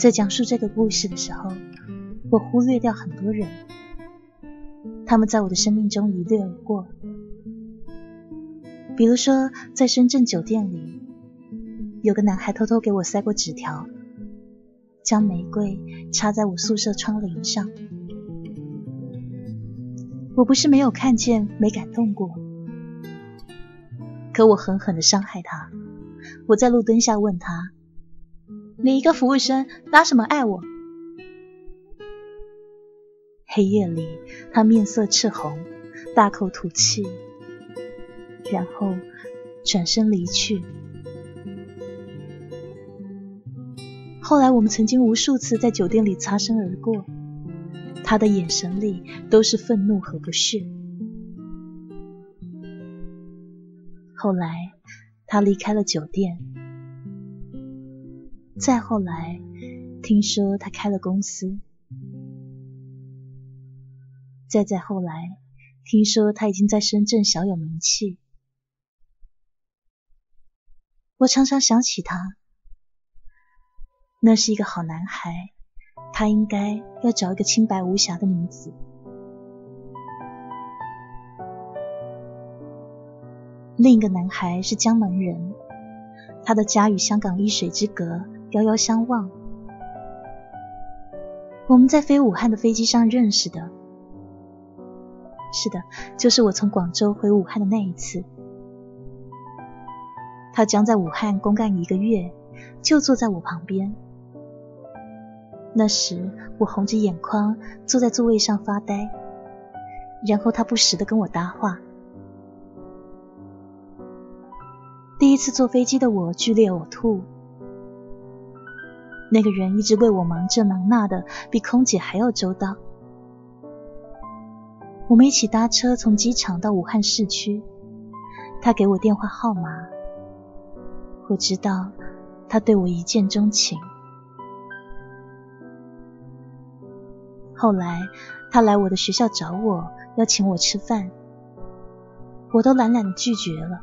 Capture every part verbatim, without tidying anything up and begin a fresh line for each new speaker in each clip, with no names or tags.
在讲述这个故事的时候，我忽略掉很多人，他们在我的生命中一掠而过。比如说，在深圳酒店里，有个男孩偷偷给我塞过纸条，将玫瑰插在我宿舍窗棂上。我不是没有看见，没感动过，可我狠狠地伤害他。我在路灯下问他，你一个服务生，拿什么爱我？黑夜里，他面色赤红，大口吐气，然后转身离去。后来我们曾经无数次在酒店里擦身而过，他的眼神里都是愤怒和不屑。后来他离开了酒店，再后来听说他开了公司，再再后来听说他已经在深圳小有名气。我常常想起他，那是一个好男孩，他应该要找一个清白无瑕的女子。另一个男孩是江门人，他的家与香港一水之隔，遥遥相望。我们在飞武汉的飞机上认识的。是的，就是我从广州回武汉的那一次。他将在武汉公干一个月，就坐在我旁边。那时我红着眼眶坐在座位上发呆，然后他不时地跟我搭话。第一次坐飞机的我剧烈呕吐，那个人一直为我忙这忙那的，比空姐还要周到。我们一起搭车从机场到武汉市区，他给我电话号码，我知道他对我一见钟情。后来他来我的学校找我，要请我吃饭，我都懒懒地拒绝了。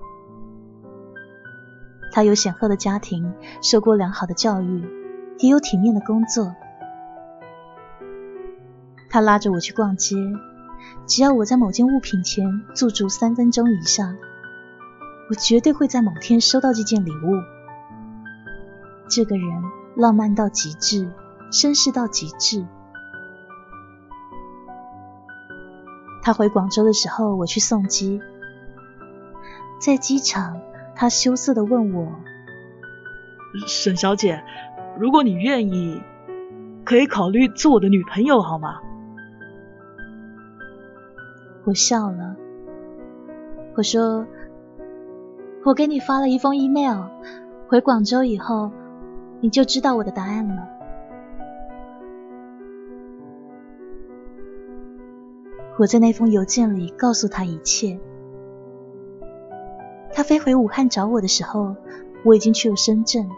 他有显赫的家庭，受过良好的教育，也有体面的工作。他拉着我去逛街，只要我在某件物品前驻足三分钟以上，我绝对会在某天收到这件礼物。这个人浪漫到极致，绅士到极致。他回广州的时候，我去送机，在机场他羞涩地问我，
沈小姐，如果你愿意，可以考虑做我的女朋友好吗？
我笑了，我说，我给你发了一封 email， 回广州以后你就知道我的答案了。我在那封邮件里告诉他一切。他飞回武汉找我的时候，我已经去了深圳。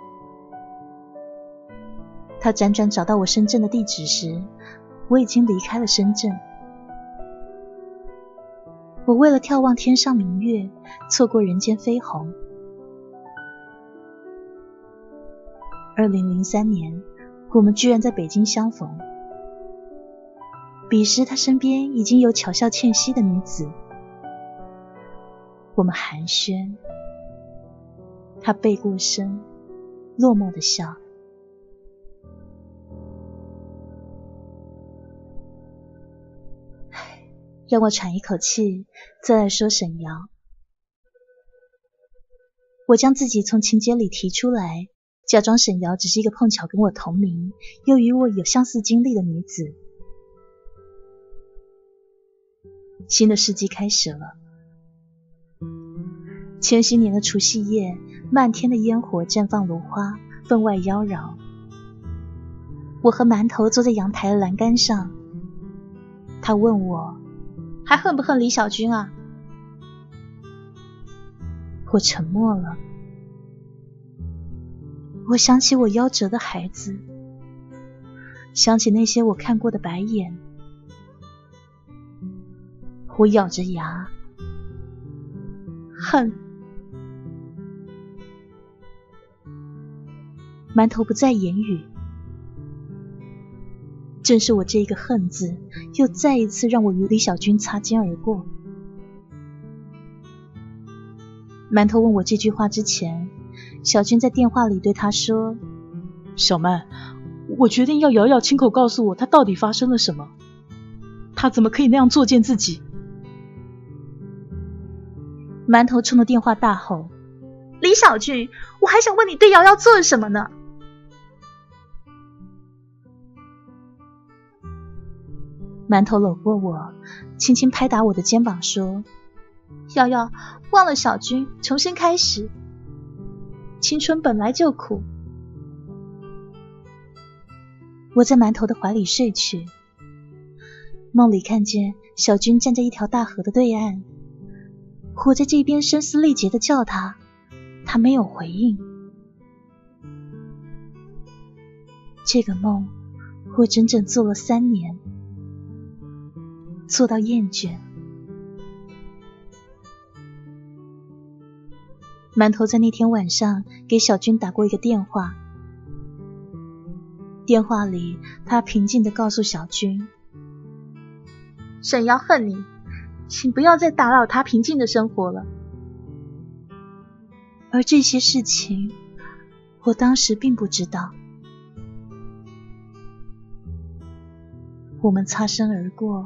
他辗转找到我深圳的地址时，我已经离开了深圳。我为了眺望天上明月，错过人间飞鸿。二零零三年，我们居然在北京相逢。彼时他身边已经有巧笑倩兮的女子，我们寒暄，他背过身，落寞地笑。让我喘一口气，再来说沈瑶。我将自己从情节里提出来，假装沈瑶只是一个碰巧跟我同名，又与我有相似经历的女子。新的世纪开始了。千禧年的除夕夜，漫天的烟火绽放如花，分外妖娆。我和馒头坐在阳台的栏杆上，他问我还恨不恨李小军啊？我沉默了。我想起我夭折的孩子，想起那些我看过的白眼，我咬着牙，恨。馒头不再言语， 正是我这一个恨字，又再一次让我与李小军擦肩而过。馒头问我这句话之前，小军在电话里对他说：
小曼，我决定要瑶瑶亲口告诉我她到底发生了什么，她怎么可以那样作践自己。
馒头冲着电话大吼：
李小军，我还想问你对瑶瑶做了什么呢？
馒头搂过我，轻轻拍打我的肩膀说：
瑶瑶，忘了小军，重新开始。青春本来就苦。
我在馒头的怀里睡去，梦里看见小军站在一条大河的对岸，我在这边声嘶力竭地叫他，他没有回应。这个梦我整整做了三年，做到厌倦。馒头在那天晚上给小军打过一个电话，电话里他平静地告诉小军：
沈瑶恨你，请不要再打扰她平静的生活了。
而这些事情我当时并不知道。我们擦身而过，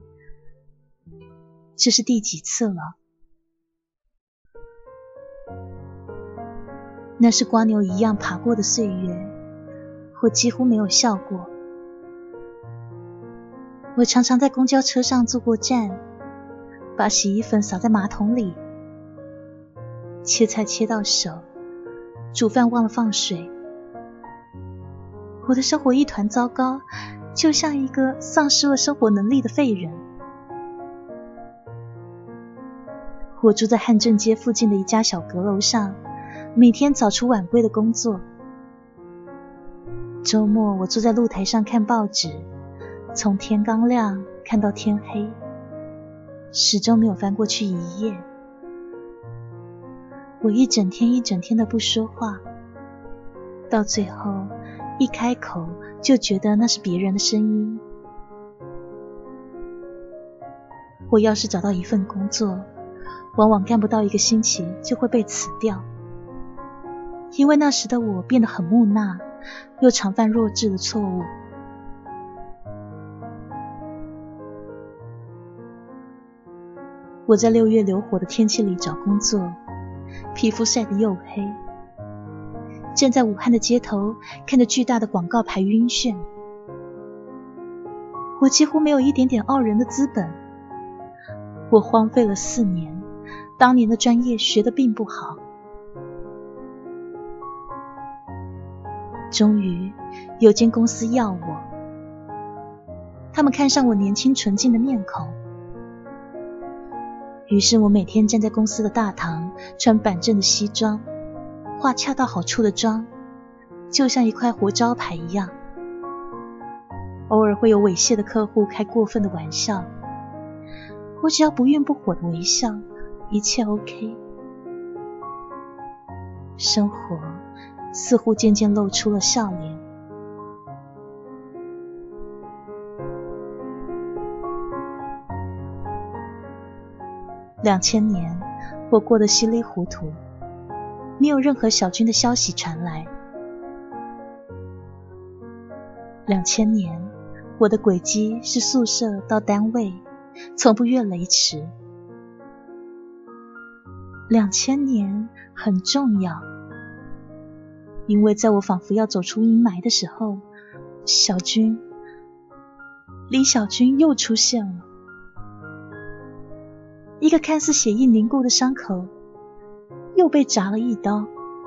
这是第几次了？那是蜗牛一样爬过的岁月，我几乎没有笑过。我常常在公交车上坐过站，把洗衣粉撒在马桶里，切菜切到手，煮饭忘了放水。我的生活一团糟糕，就像一个丧失了生活能力的废人。我住在汉正街附近的一家小阁楼上，每天早出晚归的工作。周末我坐在露台上看报纸，从天刚亮看到天黑，始终没有翻过去一页。我一整天一整天的不说话，到最后一开口就觉得那是别人的声音。我要是找到一份工作，往往干不到一个星期就会被辞掉，因为那时的我变得很木讷，又常犯弱智的错误。我在六月流火的天气里找工作，皮肤晒得黝黑，站在武汉的街头，看着巨大的广告牌晕眩。我几乎没有一点点傲人的资本。我荒废了四年，当年的专业学得并不好。终于有间公司要我，他们看上我年轻纯净的面孔。于是我每天站在公司的大堂，穿板正的西装，化恰到好处的妆，就像一块活招牌一样。偶尔会有猥亵的客户开过分的玩笑，我只要不愠不火的微笑，一切 OK。 生活似乎渐渐露出了笑脸。两千年，我过得稀里糊涂，没有任何小军的消息传来。两千年，我的轨迹是宿舍到单位，从不越雷池。两千年很重要，因为在我仿佛要走出阴霾的时候，小军，李小军又出现了。一个看似血液凝固的伤口，又被扎了一刀。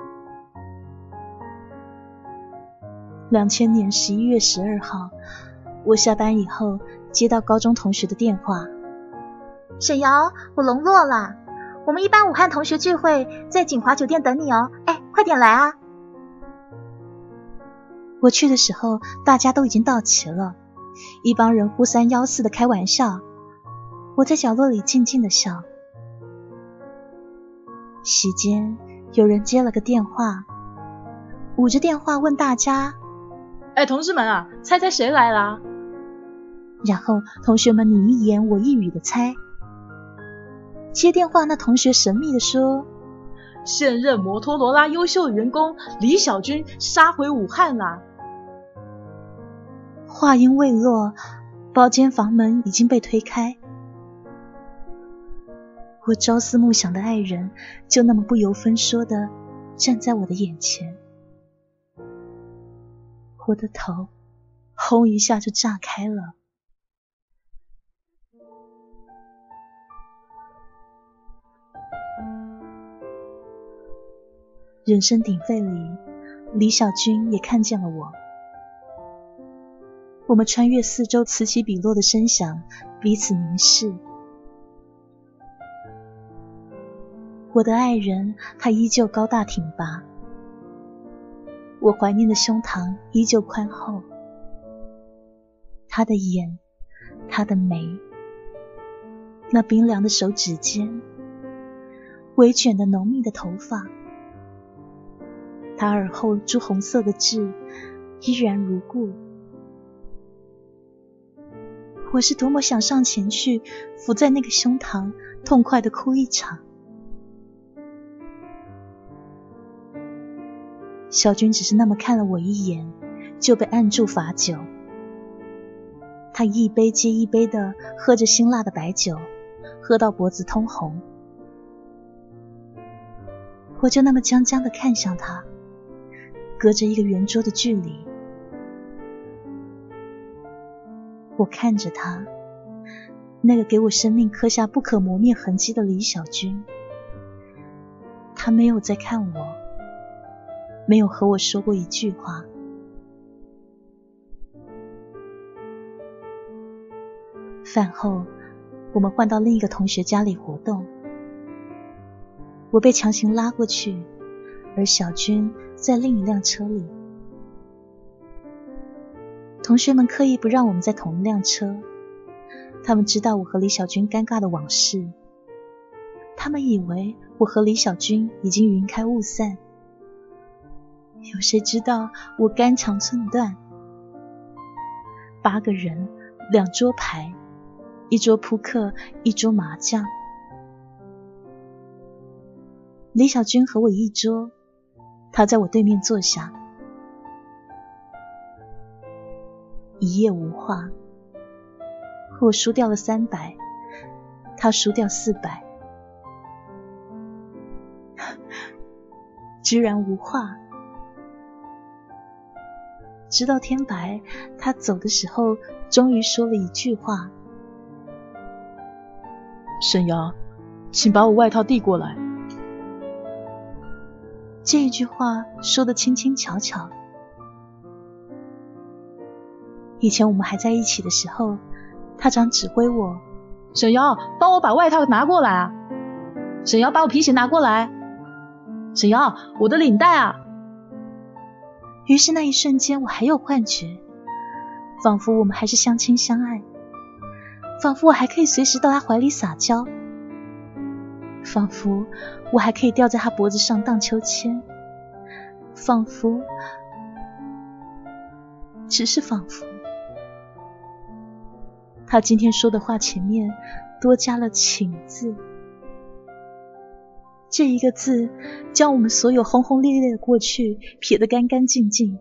两千年十一月十二号，我下班以后接到高中同学的电话：
沈瑶，我笼络啦，我们一班武汉同学聚会在锦华酒店等你哦，哎，快点来啊！
我去的时候，大家都已经到齐了，一帮人呼三邀四的开玩笑，我在角落里静静的笑。席间有人接了个电话，捂着电话问大家：
哎，同志们啊，猜猜谁来啦？
然后同学们你一言我一语的猜。接电话那同学神秘的说，
现任摩托罗拉优秀员工李小军杀回武汉啦。
话音未落，包间房门已经被推开，我朝思暮想的爱人就那么不由分说的站在我的眼前，我的头轰一下就炸开了。人声鼎沸里，李小军也看见了我。我们穿越四周此起彼落的声响，彼此凝视。我的爱人，他依旧高大挺拔，我怀念的胸膛依旧宽厚，他的眼，他的眉，那冰凉的手指尖，微卷的浓密的头发，他耳后朱红色的痣依然如故。我是多么想上前去伏在那个胸膛，痛快地哭一场。小军只是那么看了我一眼，就被按住罚酒。他一杯接一杯地喝着辛辣的白酒，喝到脖子通红。我就那么僵僵地看向他，隔着一个圆桌的距离。我看着他，那个给我生命刻下不可磨灭痕迹的李小军，他没有在看我，没有和我说过一句话。饭后，我们换到另一个同学家里活动，我被强行拉过去，而小军在另一辆车里。同学们刻意不让我们在同一辆车，他们知道我和李小军尴尬的往事，他们以为我和李小军已经云开雾散，有谁知道我肝肠寸断。八个人，两桌牌，一桌扑克，一桌麻将。李小军和我一桌，他在我对面坐下。一夜无话，我输掉了三百，他输掉四百，居然无话。直到天白，他走的时候，终于说了一句话：
沈瑶，请把我外套递过来。
这一句话说得轻轻巧巧。以前我们还在一起的时候，他常指挥我：
沈瑶，帮我把外套拿过来啊！沈瑶，把我皮鞋拿过来！沈瑶，我的领带啊！
于是那一瞬间，我还有幻觉，仿佛我们还是相亲相爱，仿佛我还可以随时到他怀里撒娇，仿佛我还可以吊在他脖子上荡秋千，仿佛，只是仿佛。他今天说的话前面多加了请字，这一个字将我们所有轰轰烈烈的过去撇得干干净净。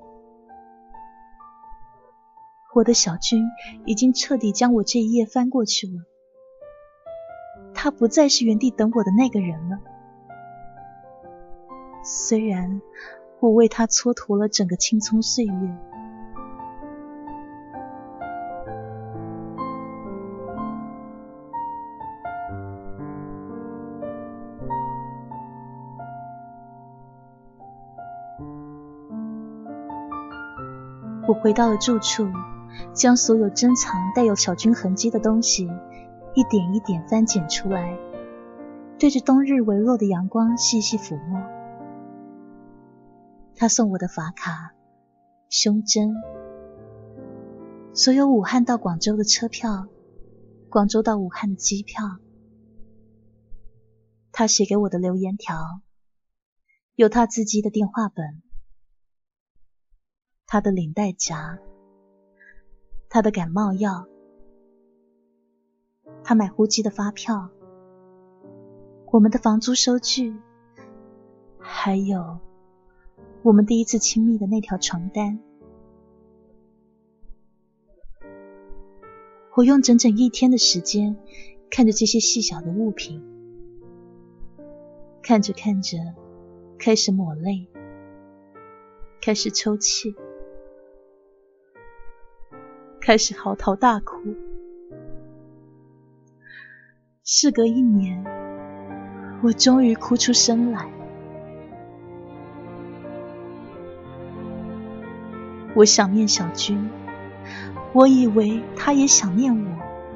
我的小军已经彻底将我这一页翻过去了，他不再是原地等我的那个人了。虽然我为他蹉跎了整个青葱岁月，我回到了住处，将所有珍藏带有小军痕迹的东西一点一点翻捡出来，对着冬日微弱的阳光细细抚摸。他送我的发卡、胸针，所有武汉到广州的车票，广州到武汉的机票，他写给我的留言条，有他自己的电话本，他的领带夹，他的感冒药， 他买呼机的发票，我们的房租收据，还有我们第一次亲密的那条床单。我用整整一天的时间看着这些细小的物品，看着看着开始抹泪，开始抽泣，开始嚎啕大哭。事隔一年，我终于哭出声来。我想念小军，我以为他也想念我。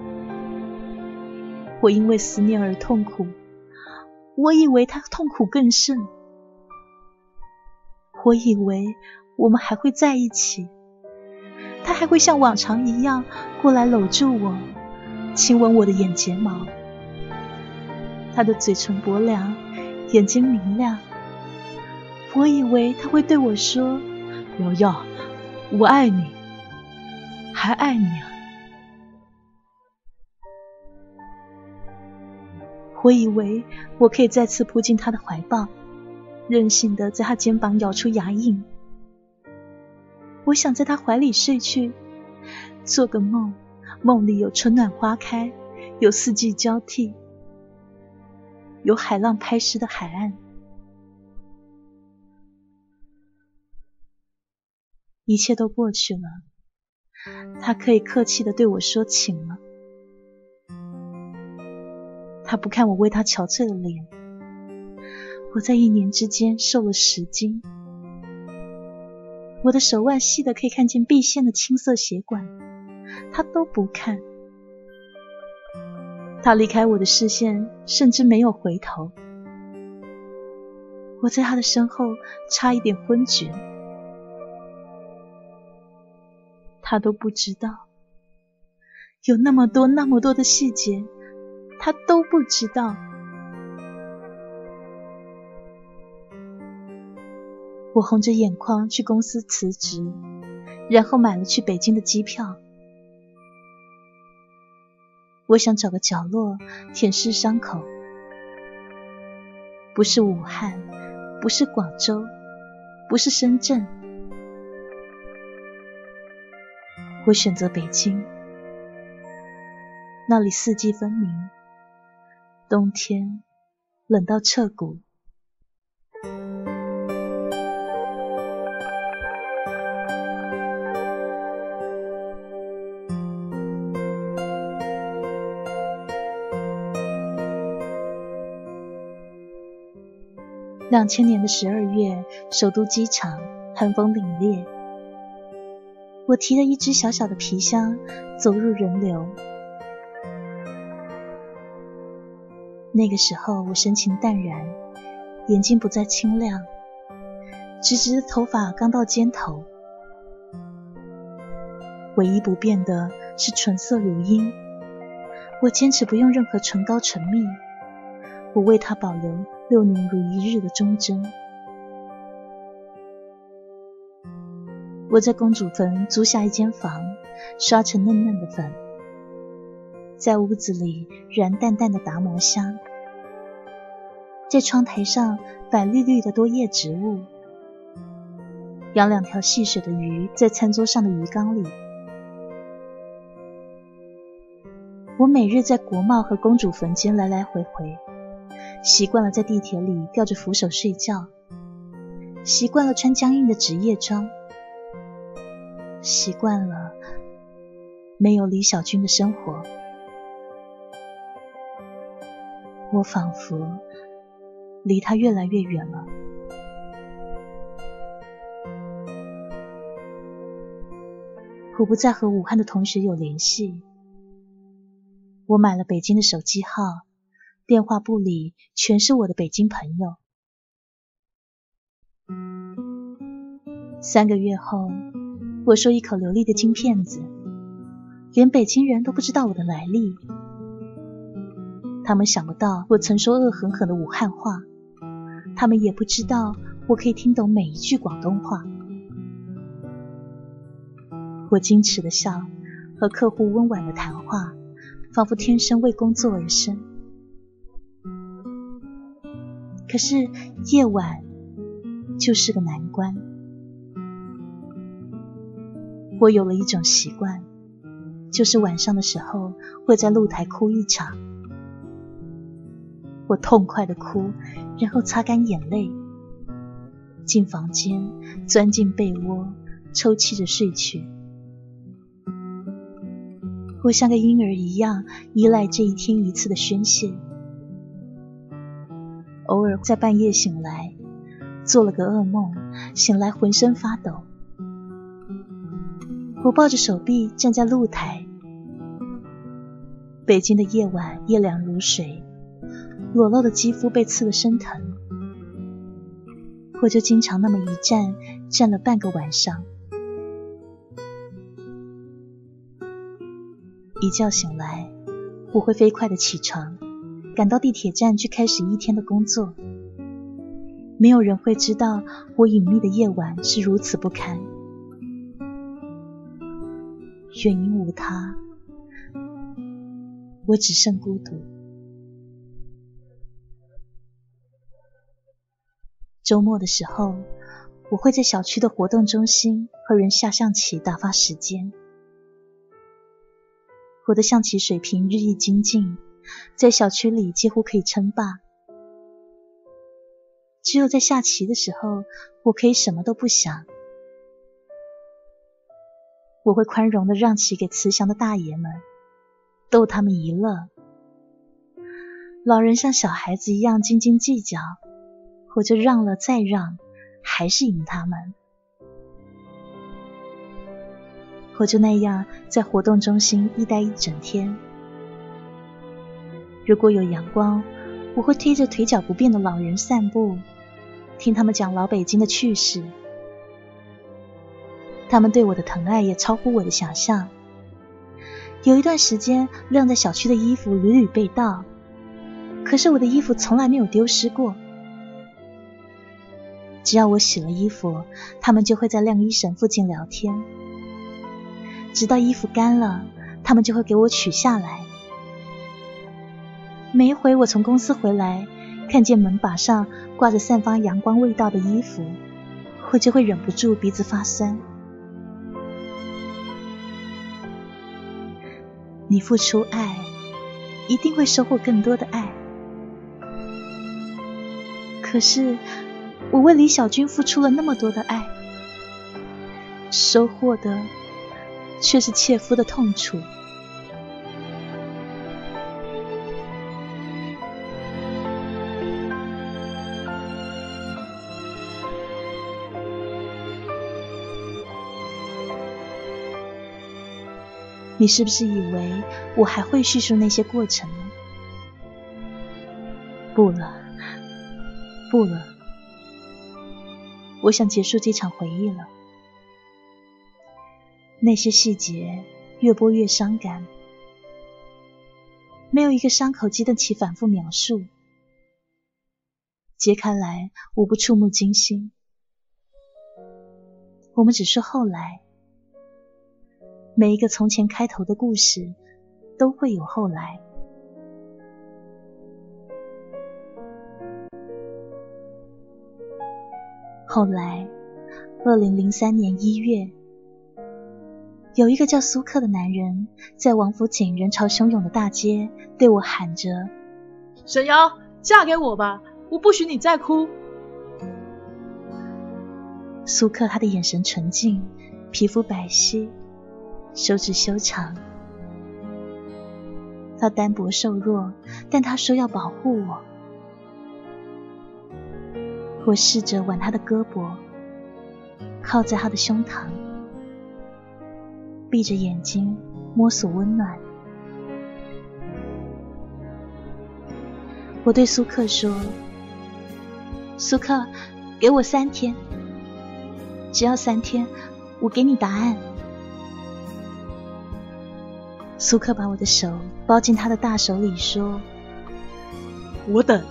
我因为思念而痛苦，我以为他痛苦更甚。我以为我们还会在一起，他还会像往常一样过来搂住我，亲吻我的眼睫毛。他的嘴唇薄凉，眼睛明亮。我以为他会对我说：瑶瑶，我爱你，还爱你啊。我以为我可以再次扑进他的怀抱，任性的在他肩膀咬出牙印。我想在他怀里睡去，做个梦，梦里有春暖花开，有四季交替，有海浪拍湿的海岸。一切都过去了，他可以客气地对我说请了。他不看我为他憔悴的脸。我在一年之间瘦了十斤，我的手腕细得可以看见臂线的青色血管，他都不看。他离开我的视线，甚至没有回头。我在他的身后差一点昏厥，他都不知道。有那么多那么多的细节，他都不知道。我红着眼眶去公司辞职，然后买了去北京的机票。我想找个角落舔舐伤口，不是武汉，不是广州，不是深圳，我选择北京。那里四季分明，冬天冷到彻骨。两千年的十二月，首都机场寒风凛冽，我提了一只小小的皮箱走入人流。那个时候我神情淡然，眼睛不再清亮，直直的头发刚到肩头，唯一不变的是唇色如茵。我坚持不用任何唇膏唇蜜，我为它保留六年如一日的忠贞。我在公主坟租下一间房，刷成嫩嫩的粉，在屋子里燃淡淡的达摩香，在窗台上摆绿绿的多叶植物，养两条戏水的鱼在餐桌上的鱼缸里。我每日在国贸和公主坟间来来回回，习惯了在地铁里吊着扶手睡觉，习惯了穿僵硬的职业装，习惯了没有李小军的生活。我仿佛离他越来越远了。我不再和武汉的同学有联系，我买了北京的手机号，电话簿里全是我的北京朋友。三个月后，我说一口流利的京片子，连北京人都不知道我的来历。他们想不到我曾说恶狠狠的武汉话，他们也不知道我可以听懂每一句广东话。我矜持的笑，和客户温婉的谈话， 仿佛天生为工作而生。可是夜晚就是个难关。我有了一种习惯，就是晚上的时候会在露台哭一场。我痛快地哭，然后擦干眼泪，进房间，钻进被窝，抽泣着睡去。我像个婴儿一样依赖这一天一次的宣泄。偶尔在半夜醒来，做了个噩梦，醒来浑身发抖。我抱着手臂站在露台，北京的夜晚夜凉如水，裸露的肌肤被刺得生疼。我就经常那么一站，站了半个晚上。一觉醒来，我会飞快地起床，赶到地铁站去开始一天的工作。没有人会知道我隐秘的夜晚是如此不堪。原因无他，我只剩孤独。周末的时候，我会在小区的活动中心和人下象棋打发时间。我的象棋水平日益精进，在小区里几乎可以称霸。只有在下棋的时候，我可以什么都不想。我会宽容地让棋给慈祥的大爷们，逗他们一乐。老人像小孩子一样斤斤计较，我就让了再让，还是赢他们。我就那样在活动中心一待一整天。如果有阳光，我会推着腿脚不便的老人散步，听他们讲老北京的趣事。他们对我的疼爱也超乎我的想象。有一段时间，晾在小区的衣服屡屡被盗，可是我的衣服从来没有丢失过。只要我洗了衣服，他们就会在晾衣绳附近聊天。直到衣服干了，他们就会给我取下来。每一回我从公司回来，看见门把上挂着散发阳光味道的衣服，我就会忍不住鼻子发酸。你付出爱，一定会收获更多的爱。可是我为李小军付出了那么多的爱，收获的却是切肤的痛楚。你是不是以为我还会叙述那些过程呢？不了，不了，我想结束这场回忆了。那些细节越播越伤感，没有一个伤口经得起反复描述，揭开来无不触目惊心。我们只说后来，每一个从前开头的故事都会有后来。后来二零零三年一月，有一个叫苏克的男人在王府井人潮汹涌的大街对我喊着：
沈瑶，嫁给我吧，我不许你再哭。
苏克他的眼神纯净，皮肤白皙，手指修长。他单薄瘦弱，但他说要保护我。我试着挽他的胳膊，靠在他的胸膛，闭着眼睛摸索温暖。我对苏克说：苏克，给我三天，只要三天，我给你答案。苏克把我的手包进他的大手里说：
我等。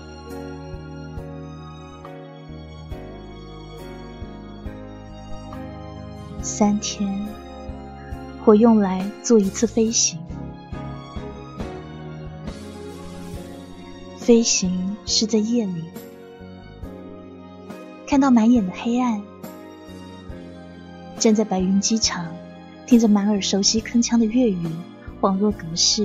三天，我用来做一次飞行。 飞行是在夜里，看到满眼的黑暗，站在白云机场，听着满耳熟悉铿锵的粤语，恍若隔世。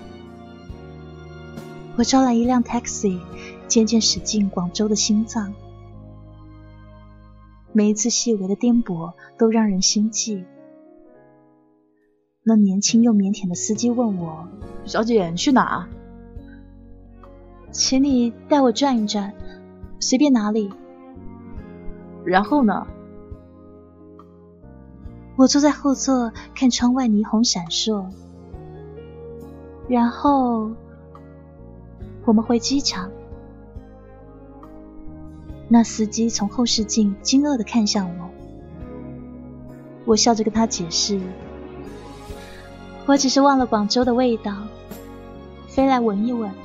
我招来一辆 taxi， 渐渐驶进广州的心脏。每一次细微的颠簸都让人心悸。那年轻又腼腆的司机问我：
小姐，你去哪？
请你带我转一转，随便哪里。
然后呢？
我坐在后座，看窗外霓虹闪烁。然后我们回机场。那司机从后视镜惊愕地看向我，我笑着跟他解释，我只是忘了广州的味道，飞来闻一闻。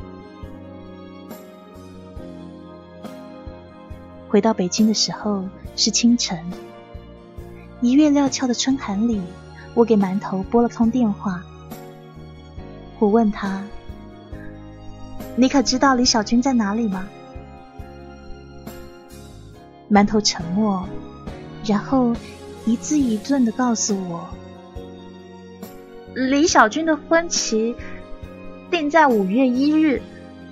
回到北京的时候是清晨，一月料峭的春寒里，我给馒头拨了通电话。我问他：你可知道李小军在哪里吗？馒头沉默，然后一字一顿地告诉我：李小军的婚期定在五月一日。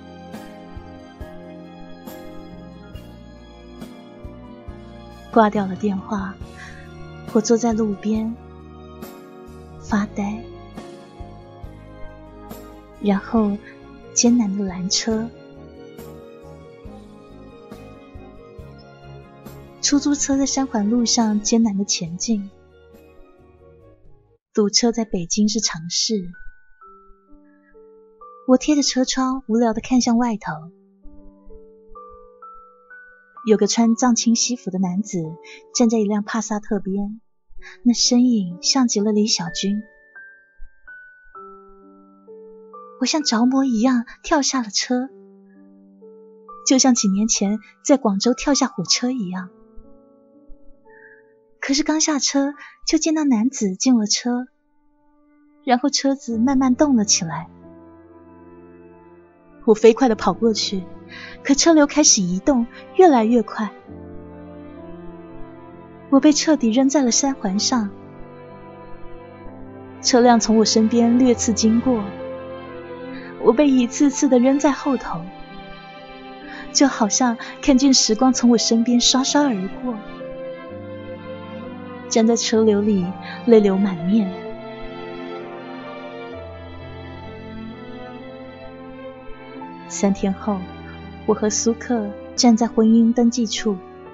挂掉了电话，我坐在路边发呆，然后艰难地拦车。出租车在三环路上艰难地前进，堵车在北京是常事。我贴着车窗无聊地看向外头，有个穿藏青西服的男子站在一辆帕萨特边，那身影像极了李小军。我像着魔一样跳下了车，就像几年前在广州跳下火车一样。可是刚下车，就见到男子进了车，然后车子慢慢动了起来。我飞快地跑过去，可车流开始移动，越来越快。我被彻底扔在了三环上，车辆从我身边掠刺经过，我被一次次地扔在后头，就好像看见时光从我身边刷刷而过。站在车流里，泪流满面。三天后，我和苏克站在婚姻登记处。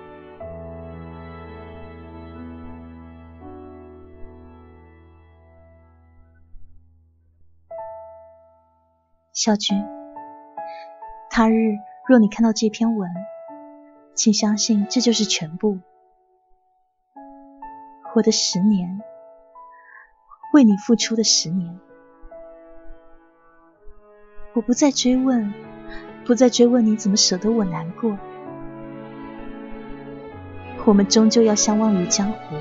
小军，他日若你看到这篇文，请相信这就是全部。我的十年，为你付出的十年。我不再追问，不再追问你怎么舍得我难过。我们终究要相忘于江湖，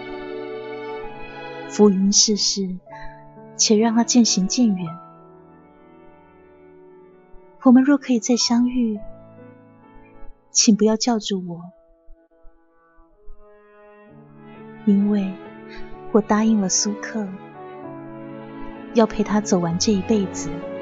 浮云世事，且让它渐行渐远。我们若可以再相遇，请不要叫住我，因为我答应了苏克，要陪他走完这一辈子。